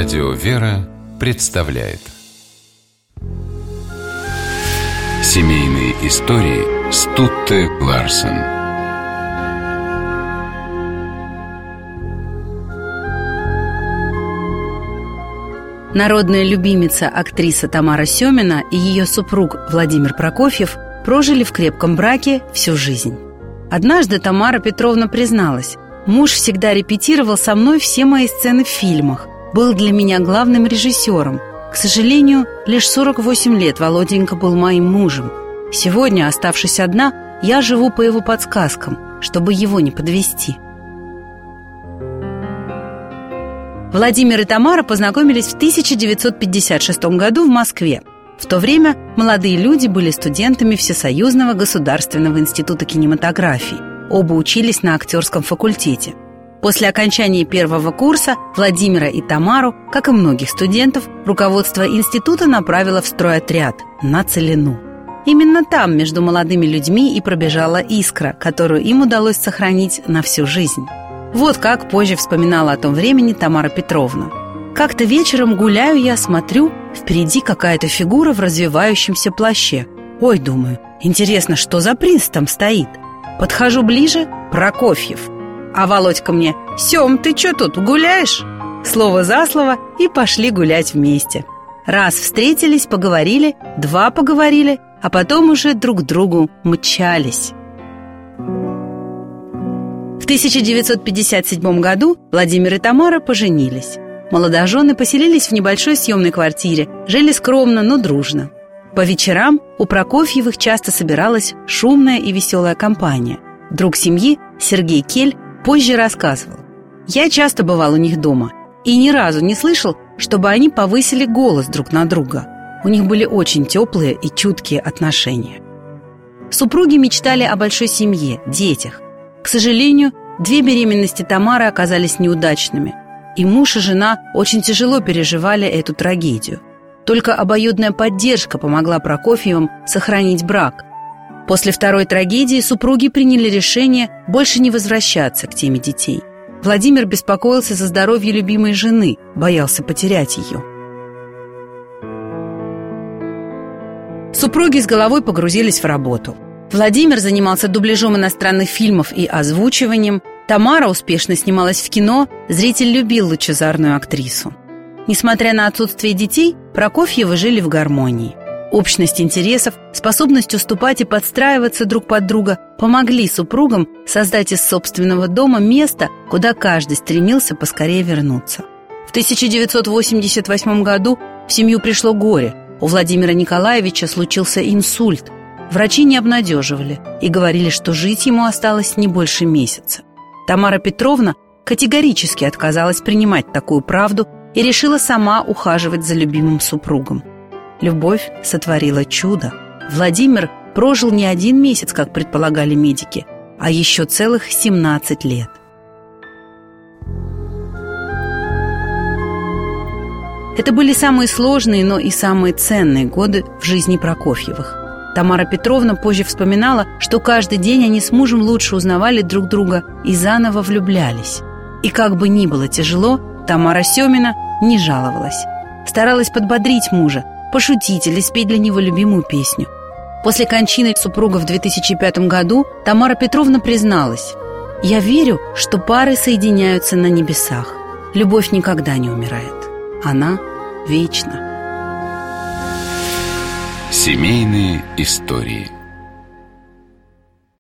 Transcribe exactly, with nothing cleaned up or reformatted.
Радио «Вера» представляет Семейные истории Стутте Ларсен. Народная любимица актриса Тамара Сёмина и ее супруг Владимир Прокофьев прожили в крепком браке всю жизнь. Однажды Тамара Петровна призналась: «Муж всегда репетировал со мной все мои сцены в фильмах, был для меня главным режиссером. К сожалению, лишь сорок восемь лет Володенька был моим мужем. Сегодня, оставшись одна, я живу по его подсказкам, чтобы его не подвести». Владимир и Тамара познакомились в тысяча девятьсот пятьдесят шестом году в Москве. В то время молодые люди были студентами Всесоюзного государственного института кинематографии. Оба учились на актерском факультете. После окончания первого курса Владимира и Тамару, как и многих студентов, руководство института направило в стройотряд на Целину. Именно там между молодыми людьми и пробежала искра, которую им удалось сохранить на всю жизнь. Вот как позже вспоминала о том времени Тамара Петровна. «Как-то вечером гуляю я, смотрю, впереди какая-то фигура в развивающемся плаще. Ой, думаю, интересно, что за принц там стоит? Подхожу ближе — Прокофьев. А Володька мне: «Сём, ты чё тут, гуляешь?» Слово за слово, и пошли гулять вместе. Раз встретились, поговорили, два поговорили, а потом уже друг к другу мчались. В тысяча девятьсот пятьдесят седьмом году Владимир и Тамара поженились. Молодожены поселились в небольшой съемной квартире, жили скромно, но дружно. По вечерам у Прокофьевых часто собиралась шумная и веселая компания. Друг семьи, Сергей Кель, позже рассказывал: «Я часто бывал у них дома и ни разу не слышал, чтобы они повысили голос друг на друга. У них были очень теплые и чуткие отношения». Супруги мечтали о большой семье, детях. К сожалению, две беременности Тамары оказались неудачными, и муж и жена очень тяжело переживали эту трагедию. Только обоюдная поддержка помогла Прокофьевым сохранить брак. После второй трагедии супруги приняли решение больше не возвращаться к теме детей. Владимир беспокоился за здоровье любимой жены, боялся потерять ее. Супруги с головой погрузились в работу. Владимир занимался дубляжом иностранных фильмов и озвучиванием. Тамара успешно снималась в кино, зритель любил лучезарную актрису. Несмотря на отсутствие детей, Прокофьевы жили в гармонии. Общность интересов, способность уступать и подстраиваться друг под друга помогли супругам создать из собственного дома место, куда каждый стремился поскорее вернуться. В тысяча девятьсот восемьдесят восьмом году в семью пришло горе. У Владимира Николаевича случился инсульт. Врачи не обнадеживали и говорили, что жить ему осталось не больше месяца. Тамара Петровна категорически отказалась принимать такую правду и решила сама ухаживать за любимым супругом. Любовь сотворила чудо. Владимир прожил не один месяц, как предполагали медики, а еще целых семнадцать лет. Это были самые сложные, но и самые ценные годы в жизни Прокофьевых. Тамара Петровна позже вспоминала, что каждый день они с мужем лучше узнавали друг друга и заново влюблялись. И как бы ни было тяжело, Тамара Сёмина не жаловалась. Старалась подбодрить мужа, пошутить или спеть для него любимую песню. После кончины супруга в две тысячи пятом году Тамара Петровна призналась: «Я верю, что пары соединяются на небесах. Любовь никогда не умирает. Она вечна». Семейные истории.